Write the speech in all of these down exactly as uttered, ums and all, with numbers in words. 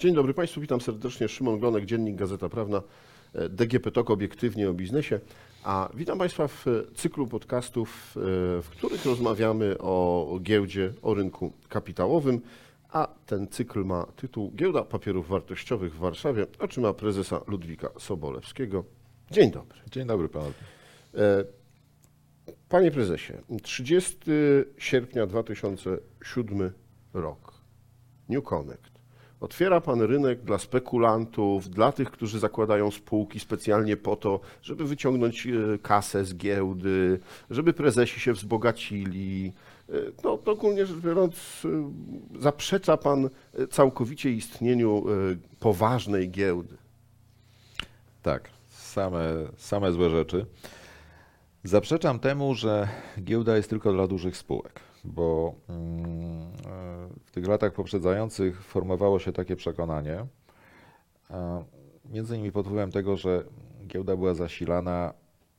Dzień dobry Państwu, witam serdecznie. Szymon Glonek, Dziennik Gazeta Prawna, D G P T O K, obiektywnie o biznesie. A witam Państwa w cyklu podcastów, w których rozmawiamy o giełdzie, o rynku kapitałowym. A ten cykl ma tytuł Giełda Papierów Wartościowych w Warszawie. Oczyma prezesa Ludwika Sobolewskiego. Dzień dobry. Dzień dobry panowie. Panie prezesie, trzydziestego sierpnia dwa tysiące siódmy rok. New Connect. Otwiera pan rynek dla spekulantów, dla tych, którzy zakładają spółki specjalnie po to, żeby wyciągnąć kasę z giełdy, żeby prezesi się wzbogacili. No, ogólnie rzecz biorąc, zaprzecza pan całkowicie istnieniu poważnej giełdy. Tak, same, same złe rzeczy. Zaprzeczam temu, że giełda jest tylko dla dużych spółek, bo w tych latach poprzedzających formowało się takie przekonanie, między innymi pod wpływem tego, że giełda była zasilana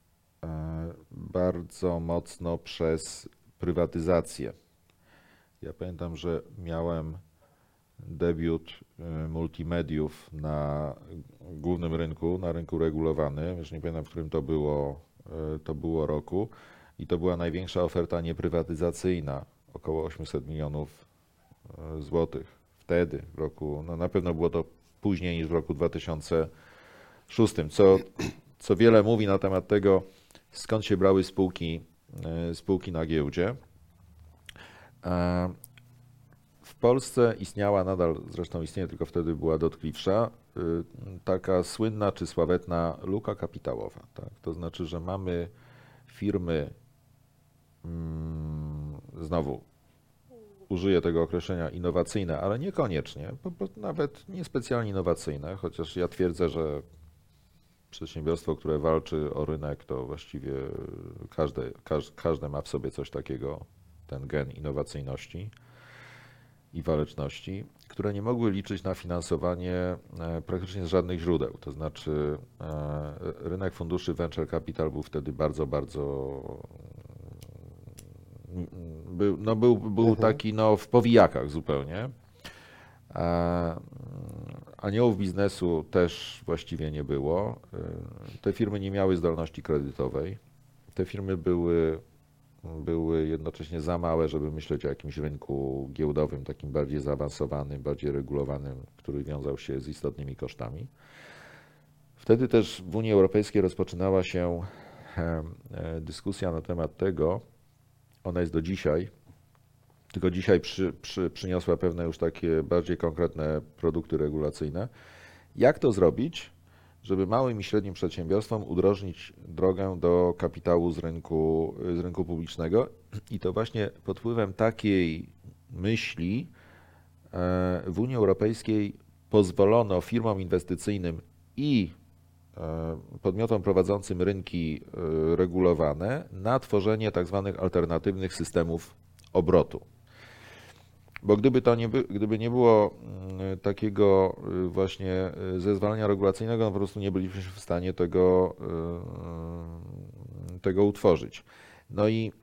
bardzo mocno przez prywatyzację. Ja pamiętam, że miałem debiut multimediów na głównym rynku, na rynku regulowanym, już nie pamiętam, w którym to było, to było roku, i to była największa oferta nieprywatyzacyjna, około osiemset milionów złotych. Wtedy, w roku, no na pewno było to później niż w roku dwa tysiące szóstym, co, co wiele mówi na temat tego, skąd się brały spółki, spółki na giełdzie. W Polsce istniała, nadal zresztą istnieje, tylko wtedy była dotkliwsza, taka słynna czy sławetna luka kapitałowa. Tak? To znaczy, że mamy firmy, znowu użyję tego określenia, innowacyjne, ale niekoniecznie, bo, bo nawet niespecjalnie innowacyjne, chociaż ja twierdzę, że przedsiębiorstwo, które walczy o rynek, to właściwie każde, każde, każde ma w sobie coś takiego, ten gen innowacyjności i waleczności, które nie mogły liczyć na finansowanie praktycznie z żadnych źródeł. To znaczy rynek funduszy venture capital był wtedy bardzo, bardzo był, no był, był taki no, w powijakach zupełnie. Aniołów biznesu też właściwie nie było. Te firmy nie miały zdolności kredytowej. Te firmy były były jednocześnie za małe, żeby myśleć o jakimś rynku giełdowym, takim bardziej zaawansowanym, bardziej regulowanym, który wiązał się z istotnymi kosztami. Wtedy też w Unii Europejskiej rozpoczynała się dyskusja na temat tego, ona jest do dzisiaj, tylko dzisiaj przy, przy, przyniosła pewne już takie bardziej konkretne produkty regulacyjne. Jak to zrobić, żeby małym i średnim przedsiębiorstwom udrożnić drogę do kapitału z rynku, z rynku publicznego, i to właśnie pod wpływem takiej myśli w Unii Europejskiej pozwolono firmom inwestycyjnym i podmiotom prowadzącym rynki regulowane na tworzenie tak zwanych alternatywnych systemów obrotu. Bo gdyby to nie, by, gdyby nie było takiego właśnie zezwolenia regulacyjnego, no po prostu nie bylibyśmy w stanie tego, tego utworzyć. No i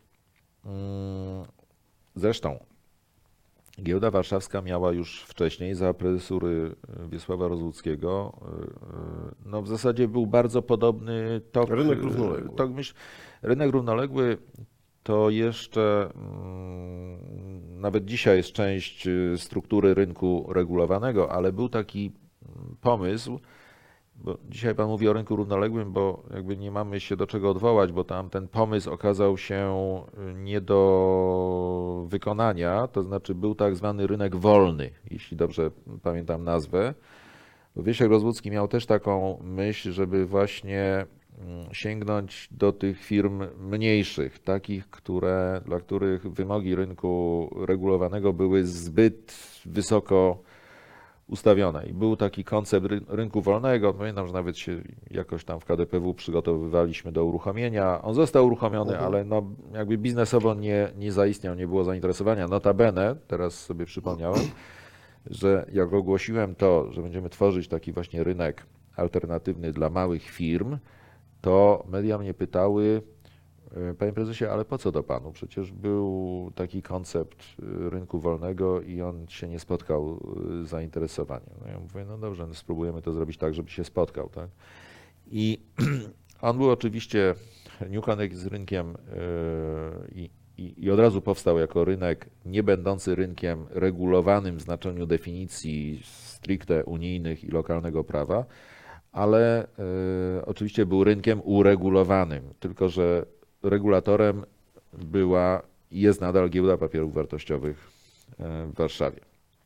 zresztą Giełda Warszawska miała już wcześniej za prezesury Wiesława Rozłuckiego, no w zasadzie był bardzo podobny tok. Rynek równoległy. Tok, myśl, rynek równoległy to jeszcze nawet dzisiaj jest część struktury rynku regulowanego, ale był taki pomysł, bo dzisiaj pan mówi o rynku równoległym, bo jakby nie mamy się do czego odwołać, bo tam ten pomysł okazał się nie do wykonania, to znaczy był tak zwany rynek wolny, jeśli dobrze pamiętam nazwę. Bo Wiesiek Rozłucki miał też taką myśl, żeby właśnie sięgnąć do tych firm mniejszych, takich, które, dla których wymogi rynku regulowanego były zbyt wysoko ustawione. I był taki koncept rynku wolnego. Pamiętam, że nawet się jakoś tam w K D P W przygotowywaliśmy do uruchomienia. On został uruchomiony, uh-huh. ale no jakby biznesowo nie, nie zaistniał, nie było zainteresowania. Notabene, teraz sobie przypomniałem, że jak ogłosiłem to, że będziemy tworzyć taki właśnie rynek alternatywny dla małych firm, to media mnie pytały, Panie prezesie, ale po co to panu? Przecież był taki koncept rynku wolnego i on się nie spotkał z zainteresowaniem. No ja mówię, no dobrze, no spróbujemy to zrobić tak, żeby się spotkał, tak? I on był oczywiście, New Connect z rynkiem i, i, i od razu powstał jako rynek nie będący rynkiem regulowanym w znaczeniu definicji stricte unijnych i lokalnego prawa, ale y, oczywiście był rynkiem uregulowanym, tylko że regulatorem była i jest nadal Giełda Papierów Wartościowych w Warszawie.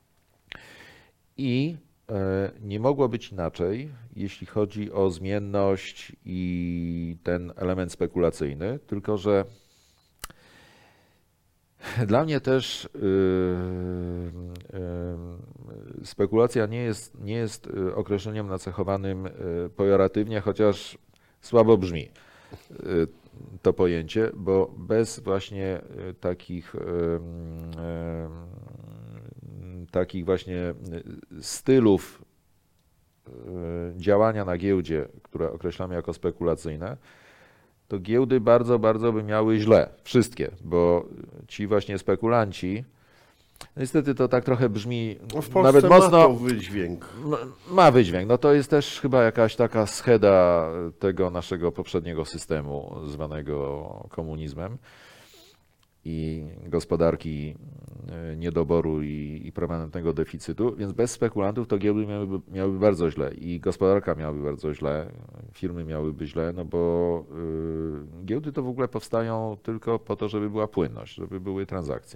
I nie mogło być inaczej, jeśli chodzi o zmienność i ten element spekulacyjny, tylko że dla mnie też yy, yy, spekulacja nie jest, nie jest określeniem nacechowanym pejoratywnie, chociaż słabo brzmi yy, to pojęcie, bo bez właśnie takich, yy, yy, takich właśnie stylów yy, działania na giełdzie, które określamy jako spekulacyjne, to giełdy bardzo, bardzo by miały źle. Wszystkie, bo ci właśnie spekulanci, niestety to tak trochę brzmi no w Polsce nawet mocno. Ma to wydźwięk. Ma wydźwięk. No to jest też chyba jakaś taka scheda tego naszego poprzedniego systemu zwanego komunizmem i gospodarki niedoboru i, i permanentnego deficytu, więc bez spekulantów to giełdy miałyby, miałyby bardzo źle i gospodarka miałaby bardzo źle, firmy miałyby źle, no bo y, giełdy to w ogóle powstają tylko po to, żeby była płynność, żeby były transakcje.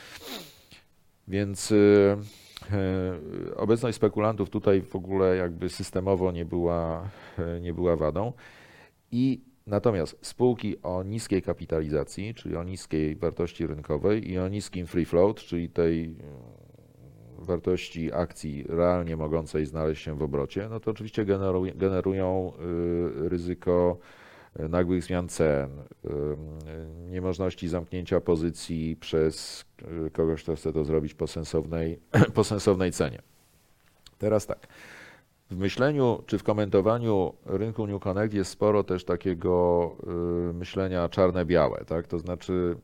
Więc y, y, obecność spekulantów tutaj w ogóle jakby systemowo nie była, nie była wadą. I natomiast spółki o niskiej kapitalizacji, czyli o niskiej wartości rynkowej i o niskim free float, czyli tej wartości akcji realnie mogącej znaleźć się w obrocie, no to oczywiście generują, generują ryzyko nagłych zmian cen, niemożności zamknięcia pozycji przez kogoś, kto chce to zrobić po sensownej, po sensownej cenie. Teraz tak. W myśleniu czy w komentowaniu rynku New Connect jest sporo też takiego y, myślenia czarne-białe, tak? To znaczy y,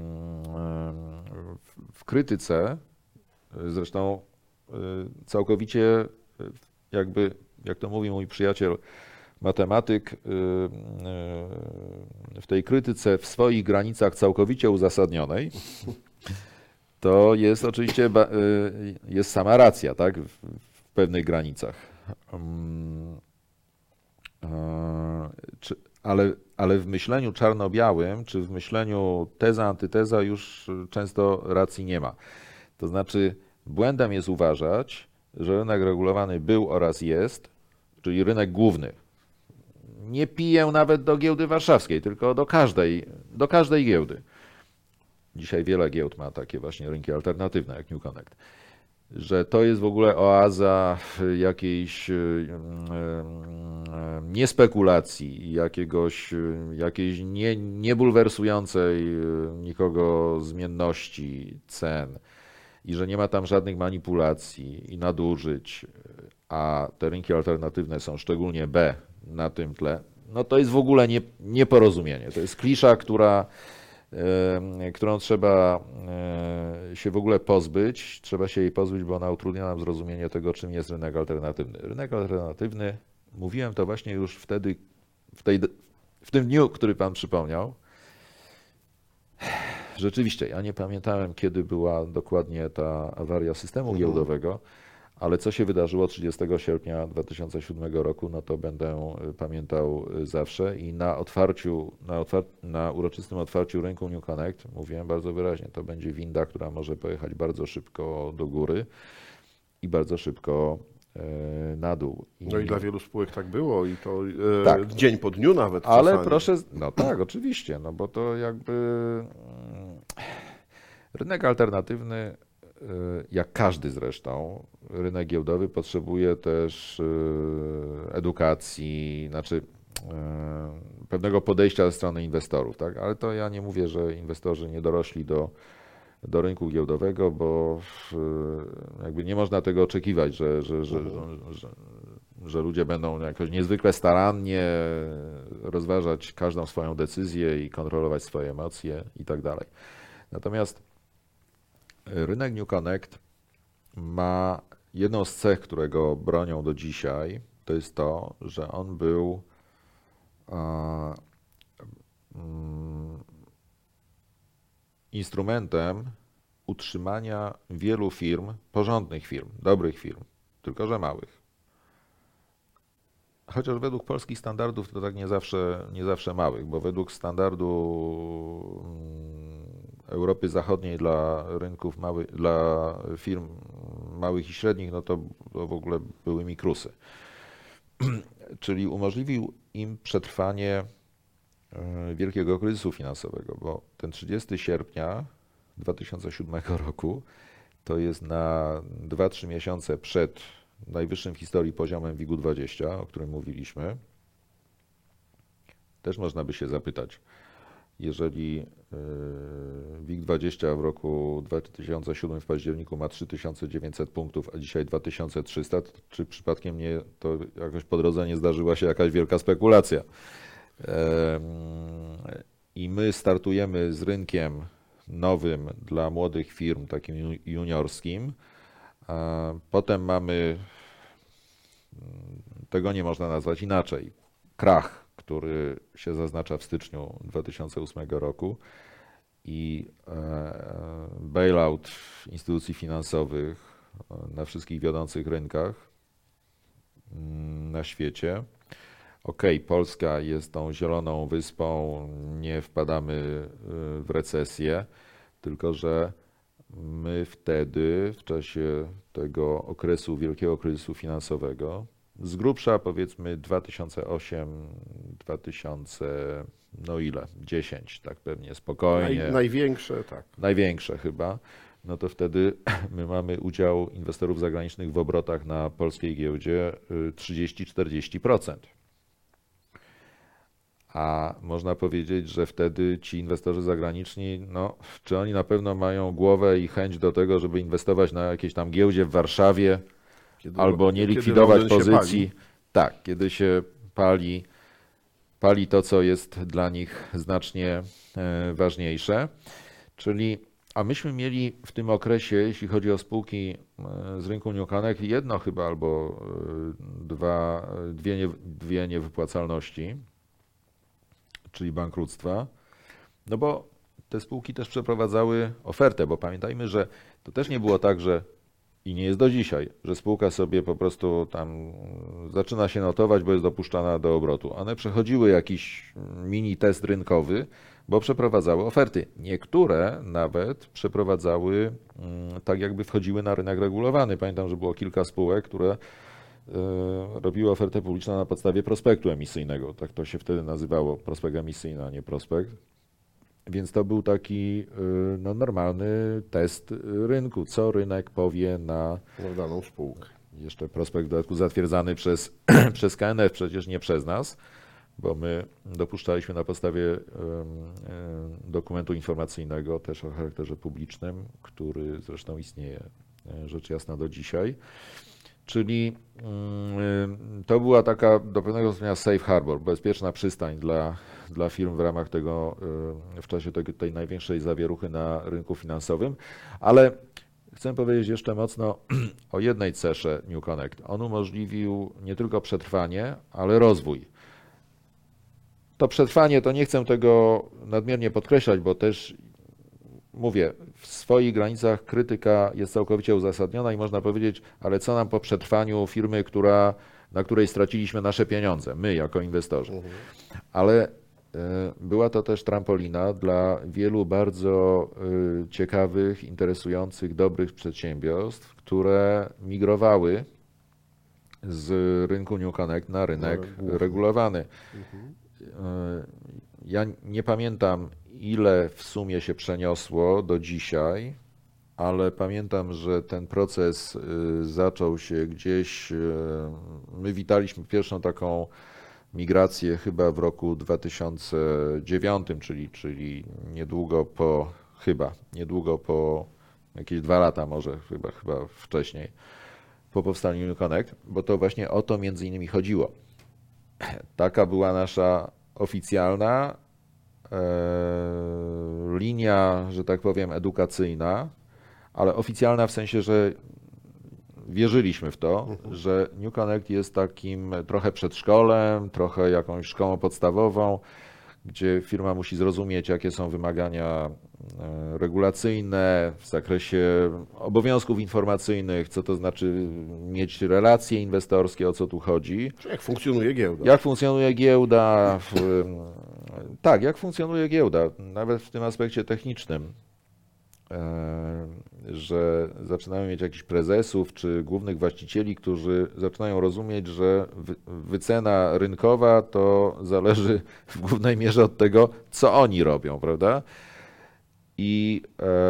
w, w krytyce, y, zresztą y, całkowicie y, jakby, jak to mówi mój przyjaciel matematyk, y, y, w tej krytyce w swoich granicach całkowicie uzasadnionej, to jest oczywiście y, jest sama racja, tak? W, w pewnych granicach. Um, e, czy, ale, ale w myśleniu czarno-białym, czy w myśleniu teza, antyteza już często racji nie ma. To znaczy błędem jest uważać, że rynek regulowany był oraz jest, czyli rynek główny. Nie piję nawet do giełdy warszawskiej, tylko do każdej, do każdej giełdy. Dzisiaj wiele giełd ma takie właśnie rynki alternatywne, jak New Connect. Że to jest w ogóle oaza jakiejś niespekulacji, jakiegoś, jakiejś nie, niebulwersującej nikogo zmienności cen i że nie ma tam żadnych manipulacji i nadużyć, a te rynki alternatywne są szczególnie B na tym tle, no to jest w ogóle nie, nieporozumienie. To jest klisza, która którą trzeba się w ogóle pozbyć. Trzeba się jej pozbyć, bo ona utrudnia nam zrozumienie tego, czym jest rynek alternatywny. Rynek alternatywny, mówiłem to właśnie już wtedy, w, tej, w tym dniu, który Pan przypomniał. Rzeczywiście, ja nie pamiętałem, kiedy była dokładnie ta awaria systemu giełdowego, ale co się wydarzyło trzydziestego sierpnia dwa tysiące siódmego roku, no to będę pamiętał zawsze i na otwarciu, na, otwar na uroczystym otwarciu rynku New Connect mówiłem bardzo wyraźnie, to będzie winda, która może pojechać bardzo szybko do góry i bardzo szybko e, na dół. I... No i dla wielu spółek tak było i to e, tak. dzień po dniu nawet Ale czasami. proszę, no tak, oczywiście, no bo to jakby rynek alternatywny, jak każdy zresztą, rynek giełdowy potrzebuje też edukacji, znaczy pewnego podejścia ze strony inwestorów, tak? Ale to ja nie mówię, że inwestorzy nie dorośli do do rynku giełdowego, bo jakby nie można tego oczekiwać, że, że, że, że, że, że ludzie będą jakoś niezwykle starannie rozważać każdą swoją decyzję i kontrolować swoje emocje i tak dalej. Natomiast rynek New Connect ma jedną z cech, którego bronią do dzisiaj, to jest to, że on był a, mm, instrumentem utrzymania wielu firm, porządnych firm, dobrych firm, tylko że małych. Chociaż według polskich standardów to tak nie zawsze, nie zawsze małych, bo według standardu Europy Zachodniej dla rynków małych, dla firm małych i średnich, no to, to w ogóle były mikrusy. Czyli umożliwił im przetrwanie wielkiego kryzysu finansowego, bo ten trzydziestego sierpnia dwa tysiące siódmego roku to jest na dwa trzy miesiące przed najwyższym w historii poziomem WIG-u dwadzieścia, o którym mówiliśmy. Też można by się zapytać, jeżeli WIG dwadzieścia w roku dwa tysiące siódmym w październiku ma trzy tysiące dziewięćset punktów, a dzisiaj dwa tysiące trzysta, to czy przypadkiem nie, to jakoś po drodze nie zdarzyła się jakaś wielka spekulacja? I my startujemy z rynkiem nowym dla młodych firm, takim juniorskim. Potem mamy, tego nie można nazwać inaczej, krach, który się zaznacza w styczniu dwa tysiące ósmego roku i bailout instytucji finansowych na wszystkich wiodących rynkach na świecie. Okej, Polska jest tą zieloną wyspą, nie wpadamy w recesję, tylko że my wtedy, w czasie tego okresu wielkiego kryzysu finansowego, z grubsza powiedzmy dwa tysiące ósmy, dwa tysiące, no ile, dziesięć, tak pewnie spokojnie. Naj, największe, tak. Największe chyba, no to wtedy my mamy udział inwestorów zagranicznych w obrotach na polskiej giełdzie trzydzieści do czterdziestu procent. A można powiedzieć, że wtedy ci inwestorzy zagraniczni, no, czy oni na pewno mają głowę i chęć do tego, żeby inwestować na jakiejś tam giełdzie w Warszawie, kiedy, albo nie likwidować pozycji. Tak, kiedy się pali, pali to, co jest dla nich znacznie ważniejsze. Czyli, a myśmy mieli w tym okresie, jeśli chodzi o spółki z rynku New Connect, jedno chyba albo dwa, dwie, nie, dwie niewypłacalności, czyli bankructwa, no bo te spółki też przeprowadzały ofertę, bo pamiętajmy, że to też nie było tak, że i nie jest do dzisiaj, że spółka sobie po prostu tam zaczyna się notować, bo jest dopuszczana do obrotu. One przechodziły jakiś mini test rynkowy, bo przeprowadzały oferty. Niektóre nawet przeprowadzały tak, jakby wchodziły na rynek regulowany. Pamiętam, że było kilka spółek, które robiły ofertę publiczną na podstawie prospektu emisyjnego. Tak to się wtedy nazywało, prospekt emisyjny, a nie prospekt. Więc to był taki no, normalny test rynku, co rynek powie na na daną spółkę. Jeszcze prospekt w dodatku zatwierdzany przez, przez K N F, przecież nie przez nas, bo my dopuszczaliśmy na podstawie um, dokumentu informacyjnego, też o charakterze publicznym, który zresztą istnieje rzecz jasna do dzisiaj. Czyli to była taka do pewnego stopnia safe harbor, bezpieczna przystań dla, dla firm w ramach tego, w czasie tej, tej największej zawieruchy na rynku finansowym, ale chcę powiedzieć jeszcze mocno o jednej cesze New Connect. On umożliwił nie tylko przetrwanie, ale rozwój. To przetrwanie, to nie chcę tego nadmiernie podkreślać, bo też mówię, w swoich granicach krytyka jest całkowicie uzasadniona i można powiedzieć, ale co nam po przetrwaniu firmy, która, na której straciliśmy nasze pieniądze, my jako inwestorzy. Mhm. Ale y, była to też trampolina dla wielu bardzo y, ciekawych, interesujących, dobrych przedsiębiorstw, które migrowały z rynku New Connect na rynek no, regulowany. Mhm. Y, ja nie pamiętam, ile w sumie się przeniosło do dzisiaj, ale pamiętam, że ten proces zaczął się gdzieś, my witaliśmy pierwszą taką migrację chyba w roku dwa tysiące dziewiątym, czyli, czyli niedługo po chyba niedługo po jakieś dwa lata, może chyba, chyba wcześniej, po powstaniu New Connect, bo to właśnie o to między innymi chodziło. Taka była nasza oficjalna e, linia, że tak powiem, edukacyjna, ale oficjalna w sensie, że wierzyliśmy w to, mhm. że New Connect jest takim trochę przedszkolem, trochę jakąś szkołą podstawową, gdzie firma musi zrozumieć, jakie są wymagania regulacyjne w zakresie obowiązków informacyjnych, co to znaczy mieć relacje inwestorskie, o co tu chodzi. Czy jak funkcjonuje giełda. Jak funkcjonuje giełda. W, tak, jak funkcjonuje giełda, nawet w tym aspekcie technicznym, że zaczynamy mieć jakichś prezesów czy głównych właścicieli, którzy zaczynają rozumieć, że wycena rynkowa to zależy w głównej mierze od tego, co oni robią, prawda? I,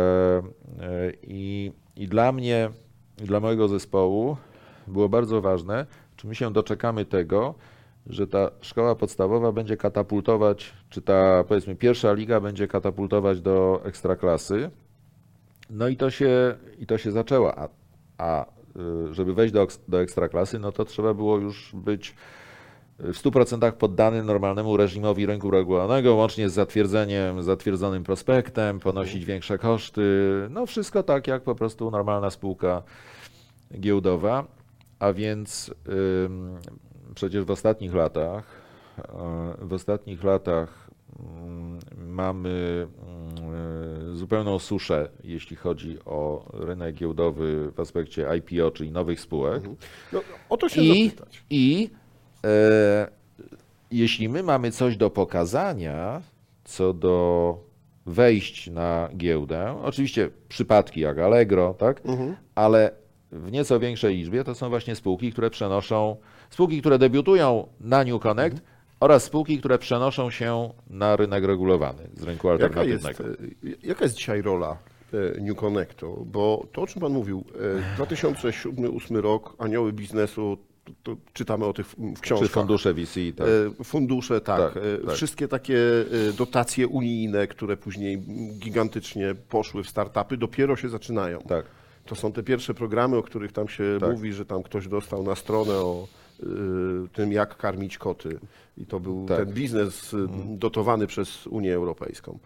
i, i dla mnie, i dla mojego zespołu było bardzo ważne, czy my się doczekamy tego, że ta szkoła podstawowa będzie katapultować, czy ta, powiedzmy, pierwsza liga będzie katapultować do ekstraklasy. No i to się, i to się zaczęło, a, a żeby wejść do, do ekstraklasy, no to trzeba było już być w stu procentach poddany normalnemu reżimowi rynku regulowanego, łącznie z zatwierdzeniem, zatwierdzonym prospektem, ponosić większe koszty, no wszystko tak jak po prostu normalna spółka giełdowa, a więc ym, przecież w ostatnich latach, w ostatnich latach mamy zupełną suszę, jeśli chodzi o rynek giełdowy w aspekcie I P O, czyli nowych spółek. No, o to się I, zapytać. I e, jeśli my mamy coś do pokazania co do wejść na giełdę, oczywiście przypadki jak Allegro, tak? Mhm. Ale w nieco większej liczbie to są właśnie spółki, które przenoszą, spółki, które debiutują na New Connect, mhm. oraz spółki, które przenoszą się na rynek regulowany z rynku alternatywnego. Jaka jest, jaka jest dzisiaj rola New Connectu? Bo to, o czym Pan mówił, dwa tysiące siódmy dwa tysiące ósmy rok, anioły biznesu, to, to czytamy o tych w książkach. Czy fundusze V C, tak. Fundusze, tak. Tak, tak. Wszystkie takie dotacje unijne, które później gigantycznie poszły w startupy, dopiero się zaczynają. Tak. To są te pierwsze programy, o których tam się tak. mówi, że tam ktoś dostał na stronę o tym, jak karmić koty. I to był tak. ten biznes dotowany przez Unię Europejską.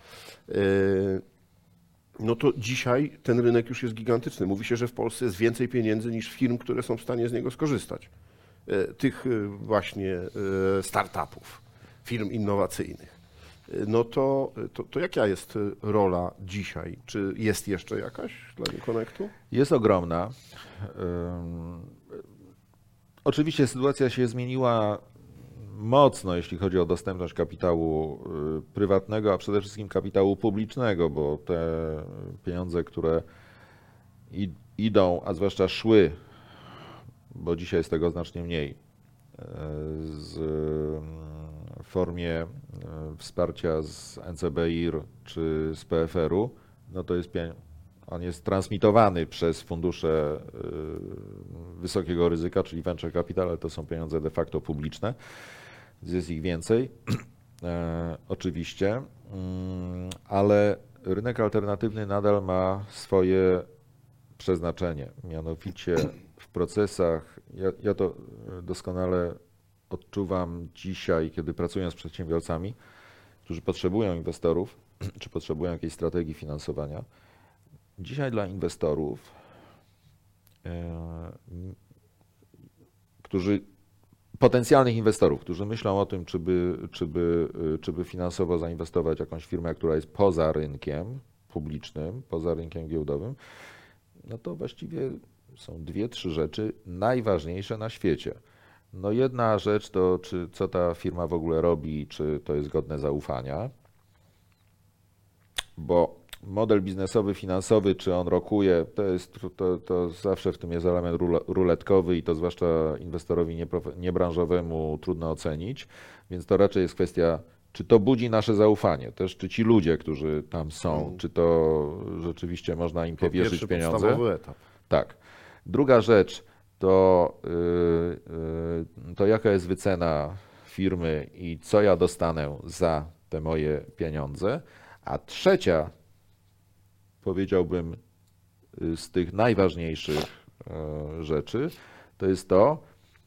No to dzisiaj ten rynek już jest gigantyczny. Mówi się, że w Polsce jest więcej pieniędzy niż firm, które są w stanie z niego skorzystać. Tych właśnie startupów, firm innowacyjnych. No to, to, to jaka jest rola dzisiaj? Czy jest jeszcze jakaś dla New Connectu? Jest ogromna. Oczywiście sytuacja się zmieniła mocno, jeśli chodzi o dostępność kapitału prywatnego, a przede wszystkim kapitału publicznego, bo te pieniądze, które idą, a zwłaszcza szły, bo dzisiaj jest tego znacznie mniej, z, w formie wsparcia z N C B I R czy z P F R u, no to jest pieniądz. On jest transmitowany przez fundusze wysokiego ryzyka, czyli venture capital, ale to są pieniądze de facto publiczne. Jest ich więcej, e, oczywiście, mm, ale rynek alternatywny nadal ma swoje przeznaczenie. Mianowicie w procesach, ja, ja to doskonale odczuwam dzisiaj, kiedy pracuję z przedsiębiorcami, którzy potrzebują inwestorów, czy potrzebują jakiejś strategii finansowania. Dzisiaj dla inwestorów, e, którzy, potencjalnych inwestorów, którzy myślą o tym, czy by, czy by, czy by finansowo zainwestować w jakąś firmę, która jest poza rynkiem publicznym, poza rynkiem giełdowym, no to właściwie są dwie, trzy rzeczy najważniejsze na świecie. No jedna rzecz to, czy co ta firma w ogóle robi, czy to jest godne zaufania, bo model biznesowy, finansowy, czy on rokuje, to jest, to, to zawsze w tym jest element ruletkowy i to zwłaszcza inwestorowi niebranżowemu trudno ocenić, więc to raczej jest kwestia, czy to budzi nasze zaufanie, też czy ci ludzie, którzy tam są, hmm. czy to rzeczywiście można im powierzyć to pieniądze. Podstawowy etap. Tak. Druga rzecz to, yy, yy, to jaka jest wycena firmy i co ja dostanę za te moje pieniądze, a trzecia powiedziałbym, z tych najważniejszych rzeczy, to jest to,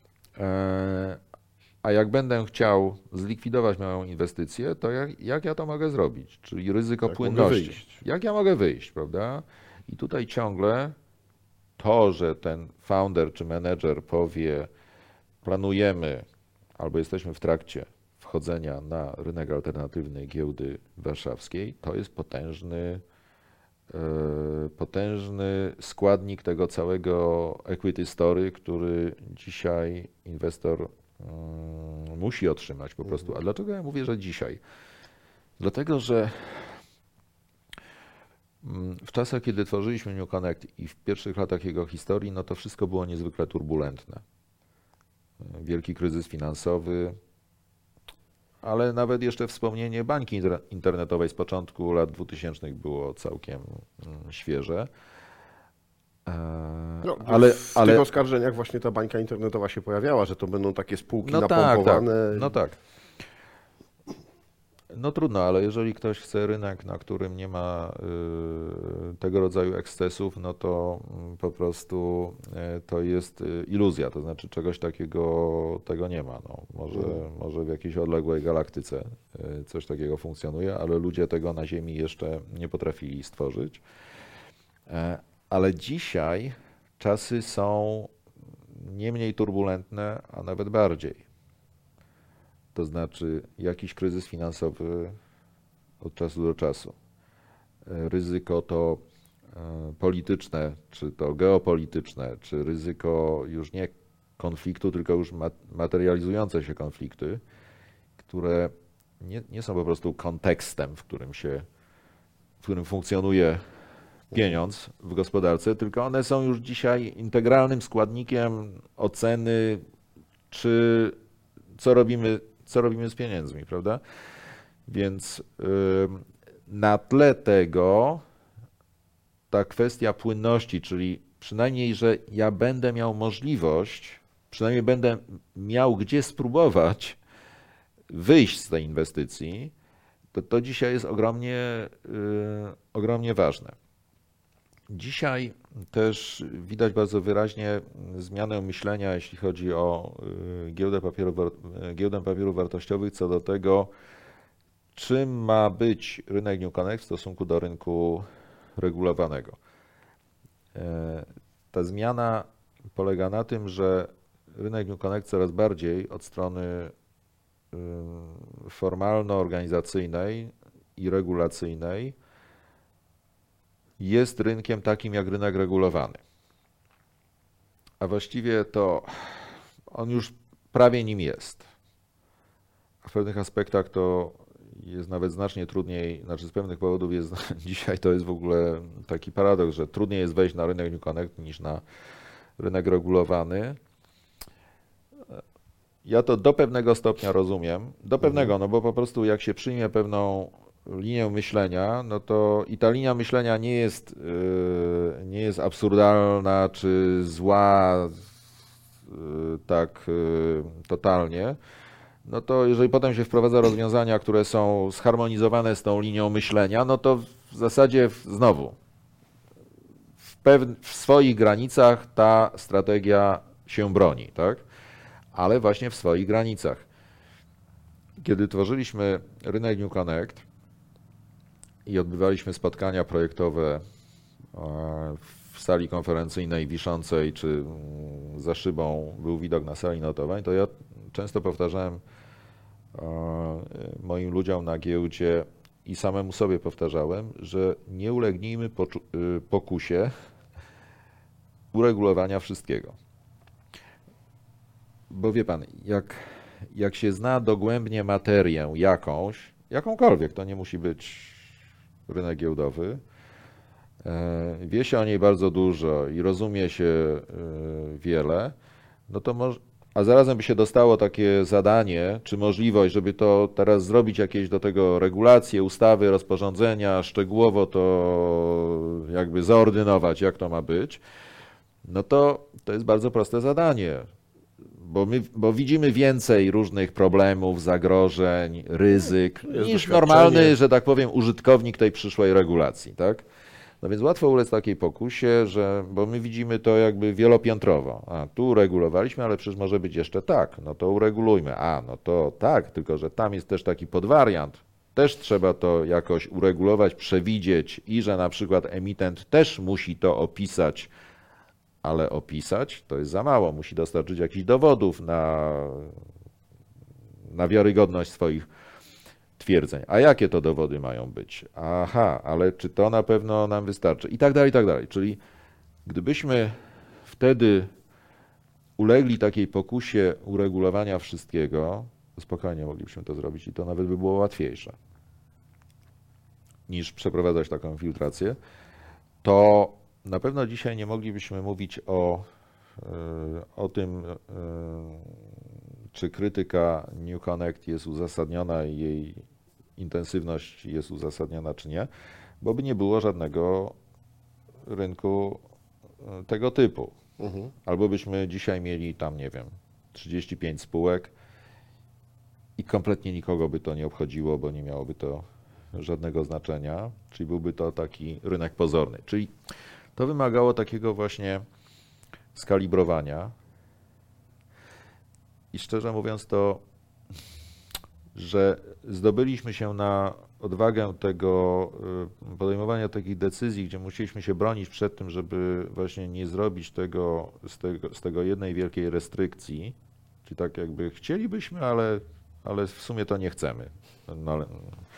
a jak będę chciał zlikwidować moją inwestycję, to jak, jak ja to mogę zrobić? Czyli ryzyko Jak płynności. mogę wyjść? Jak ja mogę wyjść, prawda? I tutaj ciągle to, że ten founder czy menedżer powie, planujemy albo jesteśmy w trakcie wchodzenia na rynek alternatywny giełdy warszawskiej, to jest potężny, potężny składnik tego całego equity story, który dzisiaj inwestor musi otrzymać po prostu. A dlaczego ja mówię, że dzisiaj? Dlatego, że w czasach, kiedy tworzyliśmy New Connect i w pierwszych latach jego historii, no to wszystko było niezwykle turbulentne. Wielki kryzys finansowy, ale nawet jeszcze wspomnienie bańki internetowej z początku lat dwutysięcznych było całkiem świeże. No, ale, w ale... tych oskarżeniach właśnie ta bańka internetowa się pojawiała, że to będą takie spółki no napompowane. Tak, tak. No tak. No trudno, ale jeżeli ktoś chce rynek, na którym nie ma y, tego rodzaju ekscesów, no to y, po prostu y, to jest y, iluzja, to znaczy czegoś takiego tego nie ma. No, może, mm. może w jakiejś odległej galaktyce y, coś takiego funkcjonuje, ale ludzie tego na Ziemi jeszcze nie potrafili stworzyć. Y, ale dzisiaj czasy są nie mniej turbulentne, a nawet bardziej. To znaczy jakiś kryzys finansowy od czasu do czasu. Ryzyko to polityczne, czy to geopolityczne, czy ryzyko już nie konfliktu, tylko już materializujące się konflikty, które nie, nie są po prostu kontekstem, w którym się, w którym funkcjonuje pieniądz w gospodarce, tylko one są już dzisiaj integralnym składnikiem oceny, czy co robimy co robimy z pieniędzmi, prawda? Więc yy, na tle tego ta kwestia płynności, czyli przynajmniej, że ja będę miał możliwość, przynajmniej będę miał gdzie spróbować wyjść z tej inwestycji, to to dzisiaj jest ogromnie, yy, ogromnie ważne. Dzisiaj też widać bardzo wyraźnie zmianę myślenia, jeśli chodzi o giełdę papierów, giełdę papierów wartościowych, co do tego, czym ma być rynek New Connect w stosunku do rynku regulowanego. Ta zmiana polega na tym, że rynek New Connect coraz bardziej od strony formalno-organizacyjnej i regulacyjnej jest rynkiem takim jak rynek regulowany. A właściwie to on już prawie nim jest. W pewnych aspektach to jest nawet znacznie trudniej, znaczy z pewnych powodów jest, dzisiaj to jest w ogóle taki paradoks, że trudniej jest wejść na rynek New Connect niż na rynek regulowany. Ja to do pewnego stopnia rozumiem, do pewnego, no bo po prostu jak się przyjmie pewną linię myślenia, no to i ta linia myślenia nie jest, yy, nie jest absurdalna czy zła yy, tak yy, totalnie, no to jeżeli potem się wprowadza rozwiązania, które są zharmonizowane z tą linią myślenia, no to w zasadzie w, znowu w, pew- w swoich granicach ta strategia się broni, tak? Ale właśnie w swoich granicach. Kiedy tworzyliśmy rynek New Connect i odbywaliśmy spotkania projektowe w sali konferencyjnej wiszącej, czy za szybą był widok na sali notowań, to ja często powtarzałem moim ludziom na giełdzie i samemu sobie powtarzałem, że nie ulegnijmy pokusie uregulowania wszystkiego. Bo wie pan, jak, jak się zna dogłębnie materię jakąś, jakąkolwiek, to nie musi być rynek giełdowy, wie się o niej bardzo dużo i rozumie się wiele, no to może, a zarazem by się dostało takie zadanie, czy możliwość, żeby to teraz zrobić jakieś do tego regulacje, ustawy, rozporządzenia, szczegółowo to jakby zaordynować, jak to ma być, no to to jest bardzo proste zadanie. Bo, my, bo widzimy więcej różnych problemów, zagrożeń, ryzyk niż normalny, że tak powiem, użytkownik tej przyszłej regulacji, tak? No więc łatwo ulec takiej pokusie, że, bo my widzimy to jakby wielopiętrowo. A tu uregulowaliśmy, ale przecież może być jeszcze tak, no to uregulujmy. A, no to tak, tylko że tam jest też taki podwariant. Też trzeba to jakoś uregulować, przewidzieć i że na przykład emitent też musi to opisać, ale opisać to jest za mało. Musi dostarczyć jakichś dowodów na, na wiarygodność swoich twierdzeń. A jakie to dowody mają być? Aha, ale czy to na pewno nam wystarczy? I tak dalej, i tak dalej. Czyli gdybyśmy wtedy ulegli takiej pokusie uregulowania wszystkiego, spokojnie moglibyśmy to zrobić i to nawet by było łatwiejsze niż przeprowadzać taką filtrację, to na pewno dzisiaj nie moglibyśmy mówić o, o tym, czy krytyka New Connect jest uzasadniona i jej intensywność jest uzasadniona, czy nie, bo by nie było żadnego rynku tego typu. Mhm. Albo byśmy dzisiaj mieli tam, nie wiem, trzydzieści pięć spółek i kompletnie nikogo by to nie obchodziło, bo nie miałoby to żadnego znaczenia, czyli byłby to taki rynek pozorny. Czyli to wymagało takiego właśnie skalibrowania i szczerze mówiąc to, że zdobyliśmy się na odwagę tego podejmowania takich decyzji, gdzie musieliśmy się bronić przed tym, żeby właśnie nie zrobić tego z tego, z tego jednej wielkiej restrykcji, czyli tak jakby chcielibyśmy, ale, ale w sumie to nie chcemy. No, ale,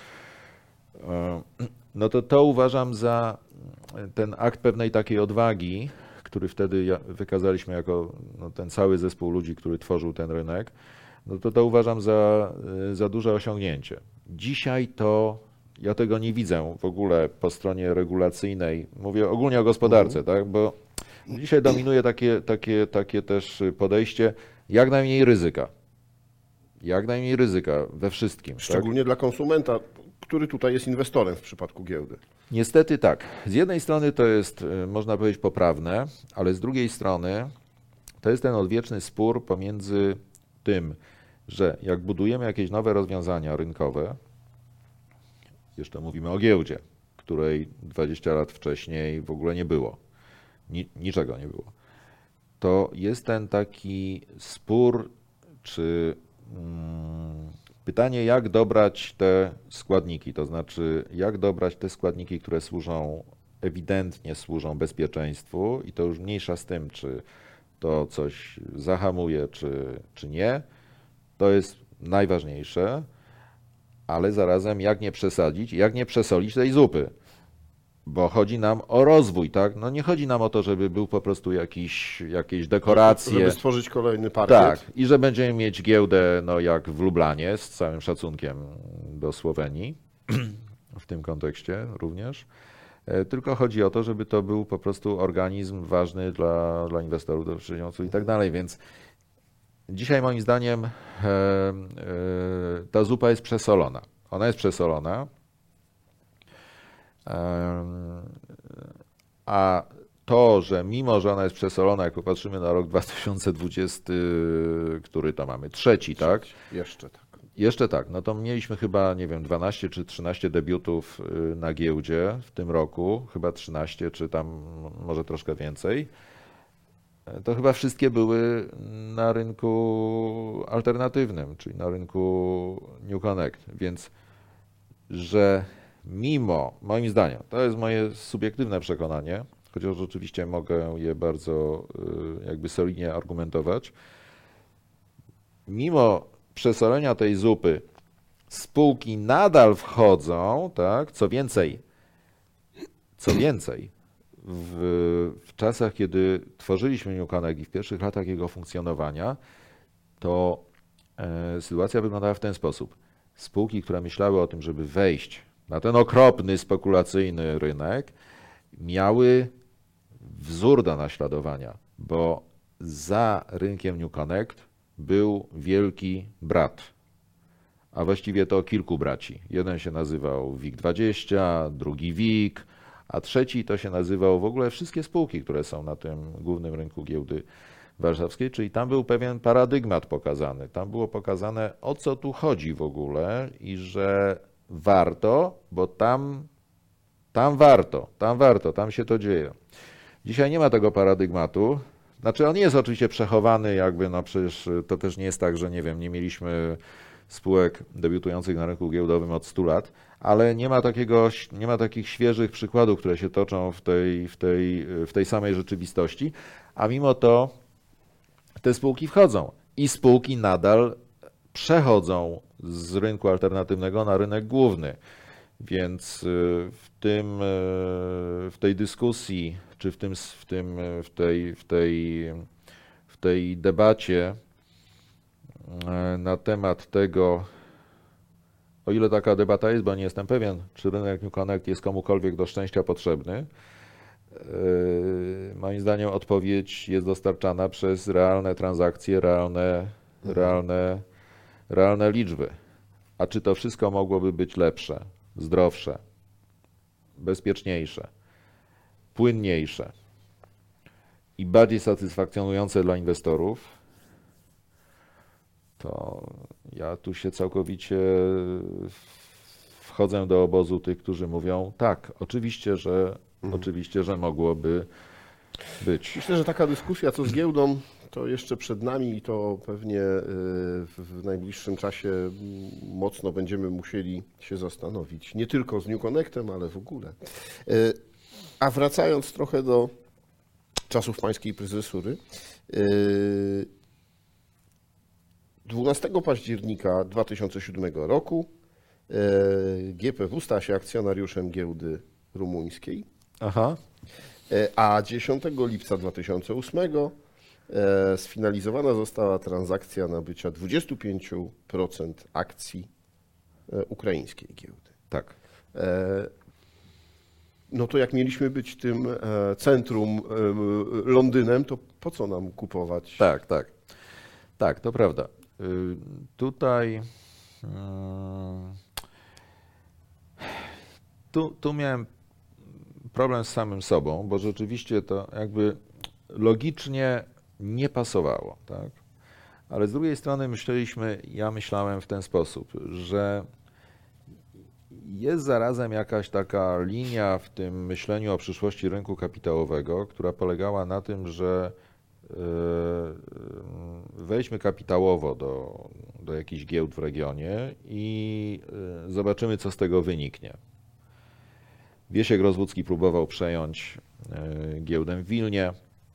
no to to uważam za ten akt pewnej takiej odwagi, który wtedy wykazaliśmy jako no, ten cały zespół ludzi, który tworzył ten rynek, no to to uważam za, za duże osiągnięcie. Dzisiaj to ja tego nie widzę w ogóle po stronie regulacyjnej. Mówię ogólnie o gospodarce, tak? Bo dzisiaj dominuje takie, takie, takie też podejście jak najmniej ryzyka. Jak najmniej ryzyka we wszystkim. Szczególnie tak? Dla konsumenta, który tutaj jest inwestorem w przypadku giełdy. Niestety tak. Z jednej strony to jest, można powiedzieć, poprawne, ale z drugiej strony to jest ten odwieczny spór pomiędzy tym, że jak budujemy jakieś nowe rozwiązania rynkowe, jeszcze mówimy o giełdzie, której dwadzieścia lat wcześniej w ogóle nie było, Ni niczego nie było, to jest ten taki spór, czy mm, pytanie, jak dobrać te składniki, to znaczy jak dobrać te składniki, które służą, ewidentnie służą bezpieczeństwu i to już mniejsza z tym, czy to coś zahamuje, czy, czy nie. To jest najważniejsze, ale zarazem jak nie przesadzić, jak nie przesolić tej zupy, bo chodzi nam o rozwój, tak? No nie chodzi nam o to, żeby był po prostu jakiś, jakieś dekoracje. Żeby stworzyć kolejny parkiet. Tak, i że będziemy mieć giełdę, no jak w Lublanie, z całym szacunkiem do Słowenii, w tym kontekście również. Tylko chodzi o to, żeby to był po prostu organizm ważny dla, dla inwestorów, dla przedsiębiorców i tak dalej, więc dzisiaj moim zdaniem e, e, ta zupa jest przesolona. Ona jest przesolona, e, a to, że mimo, że ona jest przesolona, jak popatrzymy na rok dwa tysiące dwudziesty, który to mamy, trzeci, tak? Jeszcze tak. Jeszcze tak, no to mieliśmy chyba, nie wiem, dwanaście czy trzynaście debiutów na giełdzie w tym roku, chyba trzynaście, czy tam może troszkę więcej. To chyba wszystkie były na rynku alternatywnym, czyli na rynku New Connect, więc że mimo, moim zdaniem, to jest moje subiektywne przekonanie, chociaż oczywiście mogę je bardzo jakby solidnie argumentować, mimo przesolenia tej zupy spółki nadal wchodzą, tak, co więcej, co więcej, w, w czasach, kiedy tworzyliśmy New Connect i w pierwszych latach jego funkcjonowania, to e, sytuacja wyglądała w ten sposób. Spółki, które myślały o tym, żeby wejść na ten okropny, spekulacyjny rynek, miały wzór do naśladowania, bo za rynkiem New Connect był wielki brat, a właściwie to kilku braci. Jeden się nazywał WIG dwadzieścia, drugi WIG, a trzeci to się nazywał w ogóle wszystkie spółki, które są na tym głównym rynku giełdy warszawskiej, czyli tam był pewien paradygmat pokazany. Tam było pokazane, o co tu chodzi w ogóle i że warto, bo tam tam warto, tam warto, tam się to dzieje. Dzisiaj nie ma tego paradygmatu. Znaczy on jest oczywiście przechowany, jakby, no przecież to też nie jest tak, że nie wiem, nie mieliśmy spółek debiutujących na rynku giełdowym od stu lat, ale nie ma takiego, nie ma takich świeżych przykładów, które się toczą w tej, w tej, w tej samej rzeczywistości, a mimo to te spółki wchodzą i spółki nadal przechodzą z rynku alternatywnego na rynek główny. Więc w tym, w tej dyskusji, czy w, tym, w, tym, w, tej, w, tej, w tej debacie na temat tego, o ile taka debata jest, bo nie jestem pewien, czy rynek New Connect jest komukolwiek do szczęścia potrzebny, moim zdaniem odpowiedź jest dostarczana przez realne transakcje, realne, mhm. realne, realne liczby. A czy to wszystko mogłoby być lepsze, zdrowsze, bezpieczniejsze, płynniejsze i bardziej satysfakcjonujące dla inwestorów, to ja tu się całkowicie wchodzę do obozu tych, którzy mówią tak, oczywiście, że, mhm. oczywiście, że mogłoby być. Myślę, że taka dyskusja, co z giełdą, to jeszcze przed nami i to pewnie w najbliższym czasie mocno będziemy musieli się zastanowić. Nie tylko z New Connectem, ale w ogóle. A wracając trochę do czasów pańskiej prezesury, dwunastego października dwa tysiące siódmego roku G P W stała się akcjonariuszem giełdy rumuńskiej. Aha. A dziesiątego lipca dwa tysiące ósmego sfinalizowana została transakcja nabycia dwadzieścia pięć procent akcji ukraińskiej giełdy. Tak. No to jak mieliśmy być tym centrum Londynem, to po co nam kupować? Tak, tak. Tak, to prawda. Tutaj tu, tu miałem problem z samym sobą, bo rzeczywiście to jakby logicznie nie pasowało, tak? Ale z drugiej strony myśleliśmy, ja myślałem w ten sposób, że jest zarazem jakaś taka linia w tym myśleniu o przyszłości rynku kapitałowego, która polegała na tym, że wejdźmy kapitałowo do, do jakichś giełd w regionie i zobaczymy, co z tego wyniknie. Wiesiek Rozwódzki próbował przejąć giełdę w Wilnie.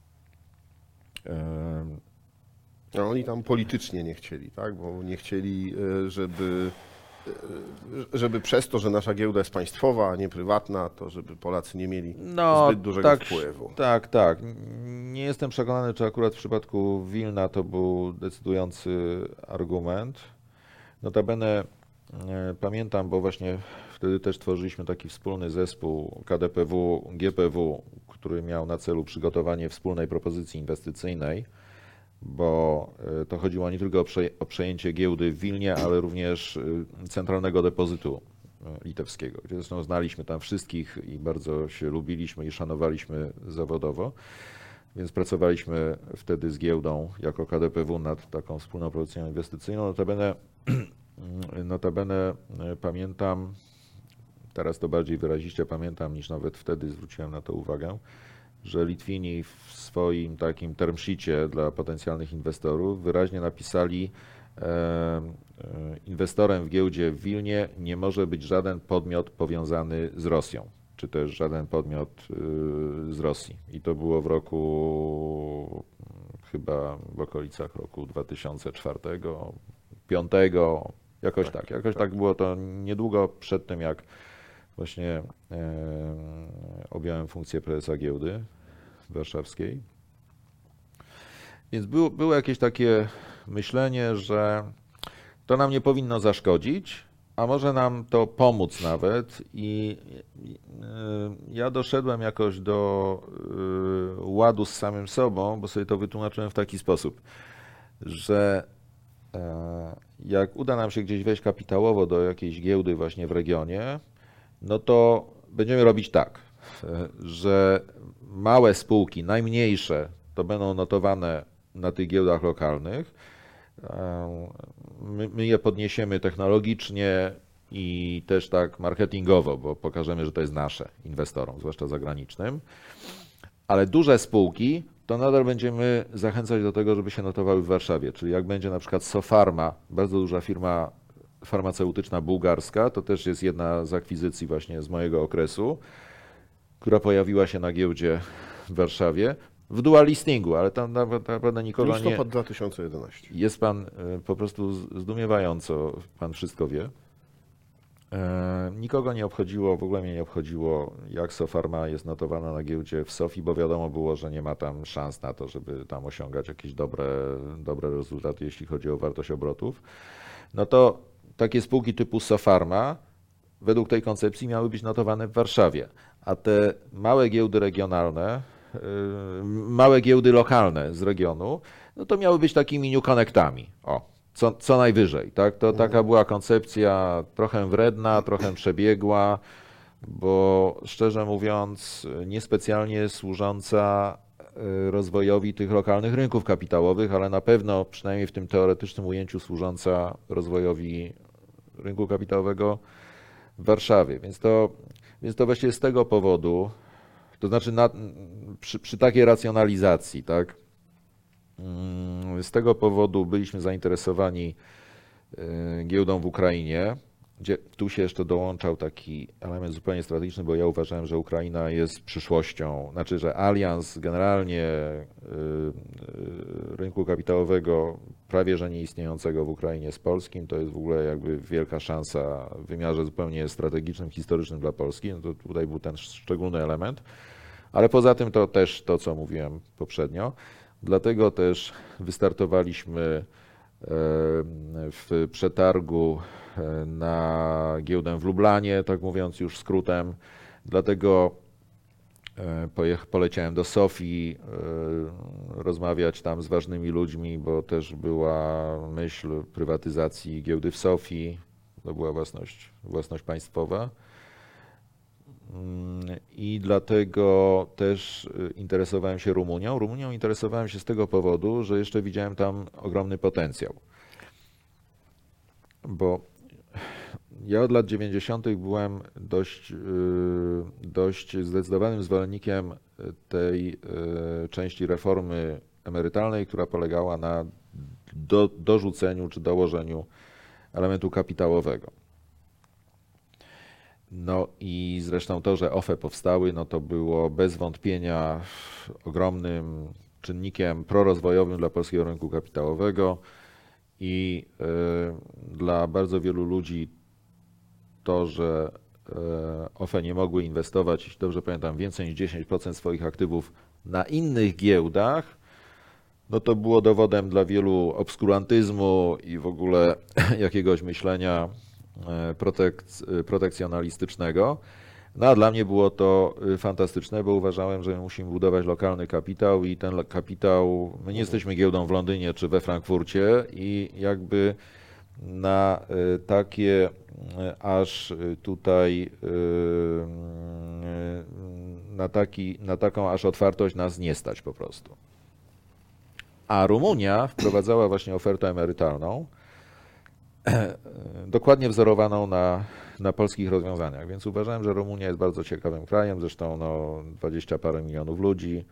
A oni tam politycznie nie chcieli, tak? Bo nie chcieli, żeby, żeby przez to, że nasza giełda jest państwowa, a nie prywatna, to żeby Polacy nie mieli no, zbyt dużego tak, wpływu. Tak, tak. Nie jestem przekonany, czy akurat w przypadku Wilna to był decydujący argument. Notabene pamiętam, bo właśnie wtedy też tworzyliśmy taki wspólny zespół K D P W, G P W, który miał na celu przygotowanie wspólnej propozycji inwestycyjnej, bo to chodziło nie tylko o, prze, o przejęcie giełdy w Wilnie, ale również centralnego depozytu litewskiego, gdzie zresztą znaliśmy tam wszystkich i bardzo się lubiliśmy i szanowaliśmy zawodowo, więc pracowaliśmy wtedy z giełdą jako K D P W nad taką wspólną propozycją inwestycyjną. Notabene, notabene pamiętam, teraz to bardziej wyraziście pamiętam niż nawet wtedy zwróciłem na to uwagę, że Litwini w swoim takim term sheetie dla potencjalnych inwestorów wyraźnie napisali, e, e, inwestorem w giełdzie w Wilnie nie może być żaden podmiot powiązany z Rosją, czy też żaden podmiot y, z Rosji. I to było w roku, chyba w okolicach roku dwa tysiące czwartego, dwa tysiące piątego, jakoś tak, tak jakoś tak. tak było to niedługo przed tym, jak właśnie e, objąłem funkcję prezesa giełdy warszawskiej. Więc było, było jakieś takie myślenie, że to nam nie powinno zaszkodzić, a może nam to pomóc nawet. I e, ja doszedłem jakoś do e, ładu z samym sobą, bo sobie to wytłumaczyłem w taki sposób, że e, jak uda nam się gdzieś wejść kapitałowo do jakiejś giełdy właśnie w regionie, no to będziemy robić tak, że małe spółki, najmniejsze, to będą notowane na tych giełdach lokalnych. My, my je podniesiemy technologicznie, i też tak marketingowo, bo pokażemy, że to jest nasze inwestorom, zwłaszcza zagranicznym. Ale duże spółki, to nadal będziemy zachęcać do tego, żeby się notowały w Warszawie. Czyli jak będzie na przykład Sofarma, bardzo duża firma farmaceutyczna bułgarska, to też jest jedna z akwizycji właśnie z mojego okresu, która pojawiła się na giełdzie w Warszawie w dual listingu, ale tam naprawdę nikogo nie... Listopad dwa tysiące jedenaście. Jest pan po prostu zdumiewająco, pan wszystko wie. E, nikogo nie obchodziło, w ogóle mnie nie obchodziło, jak Sofarma jest notowana na giełdzie w Sofii, bo wiadomo było, że nie ma tam szans na to, żeby tam osiągać jakieś dobre, dobre rezultaty, jeśli chodzi o wartość obrotów. No to takie spółki typu Sofarma według tej koncepcji miały być notowane w Warszawie, a te małe giełdy regionalne, yy, małe giełdy lokalne z regionu, no to miały być takimi New Connectami. O. Co, co najwyżej, tak? To taka była koncepcja trochę wredna, trochę przebiegła, bo szczerze mówiąc niespecjalnie służąca rozwojowi tych lokalnych rynków kapitałowych, ale na pewno przynajmniej w tym teoretycznym ujęciu służąca rozwojowi rynku kapitałowego w Warszawie. Więc to, więc to właściwie z tego powodu, to znaczy na, przy, przy takiej racjonalizacji, tak? Z tego powodu byliśmy zainteresowani giełdą w Ukrainie, gdzie tu się jeszcze dołączał taki element zupełnie strategiczny, bo ja uważałem, że Ukraina jest przyszłością, znaczy, że alians generalnie rynku kapitałowego prawie że nieistniejącego w Ukrainie z polskim, to jest w ogóle jakby wielka szansa w wymiarze zupełnie strategicznym, historycznym dla Polski. No to tutaj był ten szczególny element, ale poza tym to też to, co mówiłem poprzednio. Dlatego też wystartowaliśmy w przetargu na giełdę w Lublanie, tak mówiąc już skrótem. Dlatego poleciałem do Sofii rozmawiać tam z ważnymi ludźmi, bo też była myśl prywatyzacji giełdy w Sofii. To była własność, własność państwowa. I dlatego też interesowałem się Rumunią. Rumunią interesowałem się z tego powodu, że jeszcze widziałem tam ogromny potencjał. Bo ja od lat dziewięćdziesiątych byłem dość, dość zdecydowanym zwolennikiem tej części reformy emerytalnej, która polegała na do, dorzuceniu czy dołożeniu elementu kapitałowego. No i zresztą to, że O F E powstały, no to było bez wątpienia ogromnym czynnikiem prorozwojowym dla polskiego rynku kapitałowego i y, dla bardzo wielu ludzi to, że y, O F E nie mogły inwestować, jeśli dobrze pamiętam, więcej niż dziesięć procent swoich aktywów na innych giełdach, no to było dowodem dla wielu obskurantyzmu i w ogóle jakiegoś myślenia Protek- protekcjonalistycznego. No a dla mnie było to fantastyczne, bo uważałem, że musimy budować lokalny kapitał i ten kapitał, my nie jesteśmy giełdą w Londynie czy we Frankfurcie i jakby na takie aż tutaj na, taki, na taką aż otwartość nas nie stać po prostu. A Rumunia wprowadzała właśnie ofertę emerytalną, dokładnie wzorowaną na, na polskich rozwiązaniach, więc uważałem, że Rumunia jest bardzo ciekawym krajem, zresztą no, dwadzieścia parę milionów ludzi,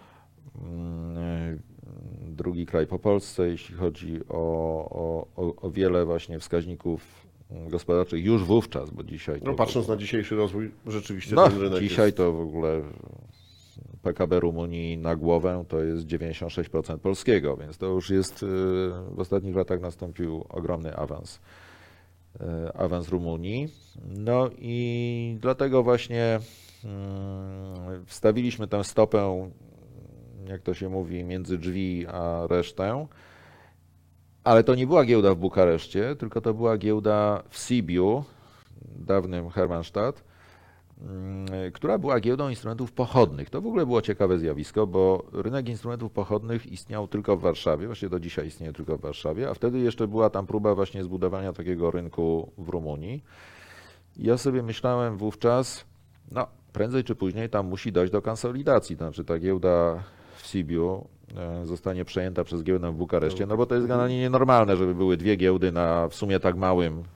drugi kraj po Polsce, jeśli chodzi o, o, o wiele właśnie wskaźników gospodarczych już wówczas, bo dzisiaj... No patrząc na dzisiejszy rozwój, rzeczywiście no, ten rynek dzisiaj jest... to w ogóle P K B Rumunii na głowę to jest dziewięćdziesiąt sześć procent polskiego, więc to już jest, w ostatnich latach nastąpił ogromny awans, awans Rumunii. No i dlatego właśnie wstawiliśmy tę stopę, jak to się mówi, między drzwi a resztę, ale to nie była giełda w Bukareszcie, tylko to była giełda w Sibiu, dawnym Hermannstadt, która była giełdą instrumentów pochodnych. To w ogóle było ciekawe zjawisko, bo rynek instrumentów pochodnych istniał tylko w Warszawie, właściwie do dzisiaj istnieje tylko w Warszawie, a wtedy jeszcze była tam próba właśnie zbudowania takiego rynku w Rumunii. I ja sobie myślałem wówczas, no prędzej czy później tam musi dojść do konsolidacji, to znaczy ta giełda w Sibiu zostanie przejęta przez giełdę w Bukareszcie, no bo to jest generalnie nienormalne, żeby były dwie giełdy na w sumie tak małym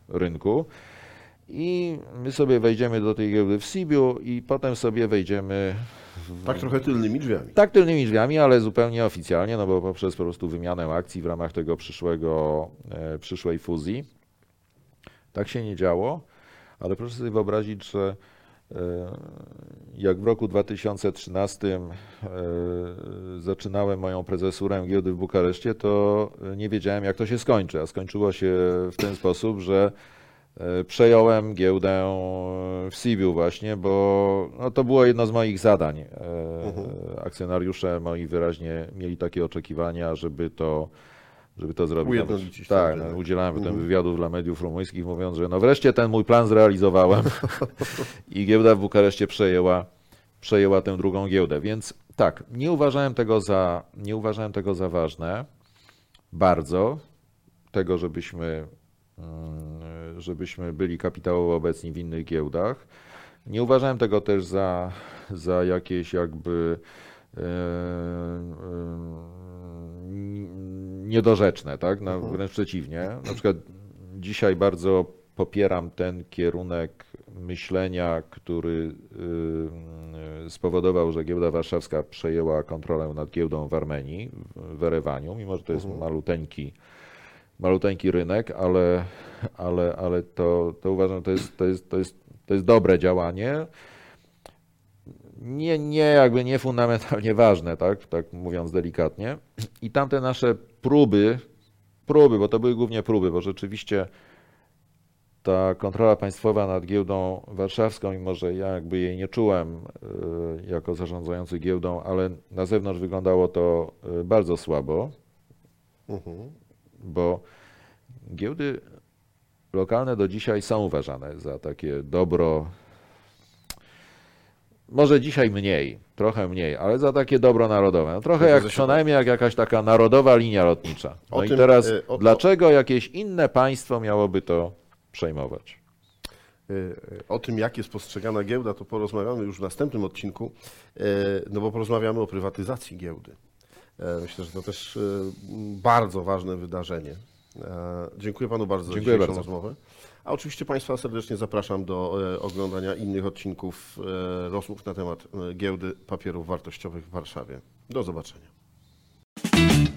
rynku. I my sobie wejdziemy do tej giełdy w Sibiu i potem sobie wejdziemy w... Tak trochę tylnymi drzwiami. Tak tylnymi drzwiami, ale zupełnie oficjalnie, no bo poprzez po prostu wymianę akcji w ramach tego przyszłego, e, przyszłej fuzji. Tak się nie działo, ale proszę sobie wyobrazić, że e, jak w roku dwa tysiące trzynastym e, zaczynałem moją prezesurę giełdy w Bukareszcie, to nie wiedziałem, jak to się skończy, a skończyło się w ten sposób, że przejąłem giełdę w Sibiu właśnie, bo no, to było jedno z moich zadań. Mhm. Akcjonariusze moi wyraźnie mieli takie oczekiwania, żeby to, żeby to zrobić. Ujednolicić Tak, ten no, rynek. udzielałem potem Mhm. wywiadów dla mediów rumuńskich, mówiąc, że no wreszcie ten mój plan zrealizowałem i giełda w Bukareszcie przejęła, przejęła tę drugą giełdę. Więc tak, nie uważałem tego za, nie uważałem tego za ważne, bardzo, tego, żebyśmy żebyśmy byli kapitałowo obecni w innych giełdach. Nie uważałem tego też za, za jakieś jakby e, e, niedorzeczne, tak? No, wręcz przeciwnie. Na przykład dzisiaj bardzo popieram ten kierunek myślenia, który y, spowodował, że giełda warszawska przejęła kontrolę nad giełdą w Armenii, w Erewaniu, mimo że to jest maluteńki maluteńki rynek, ale, ale, ale to, to uważam, to jest, to, jest, to, jest, to jest dobre działanie. Nie, nie jakby nie fundamentalnie ważne, tak, tak mówiąc delikatnie. I tamte nasze próby, próby, bo to były głównie próby, bo rzeczywiście ta kontrola państwowa nad giełdą warszawską, mimo że ja jakby jej nie czułem y, jako zarządzający giełdą, ale na zewnątrz wyglądało to y, bardzo słabo. Mhm. Bo giełdy lokalne do dzisiaj są uważane za takie dobro, może dzisiaj mniej, trochę mniej, ale za takie dobro narodowe. No trochę jak, co najmniej jak jakaś taka narodowa linia lotnicza. No O i tym, teraz y, o- dlaczego jakieś inne państwo miałoby to przejmować? Y, O tym, jak jest postrzegana giełda, to porozmawiamy już w następnym odcinku, y, no bo porozmawiamy o prywatyzacji giełdy. E, Myślę, że to też e, bardzo ważne wydarzenie. E, Dziękuję Panu bardzo Dziękuję za dzisiejszą bardzo. rozmowę. A oczywiście Państwa serdecznie zapraszam do e, oglądania innych odcinków e, rozmów na temat e, giełdy papierów wartościowych w Warszawie. Do zobaczenia.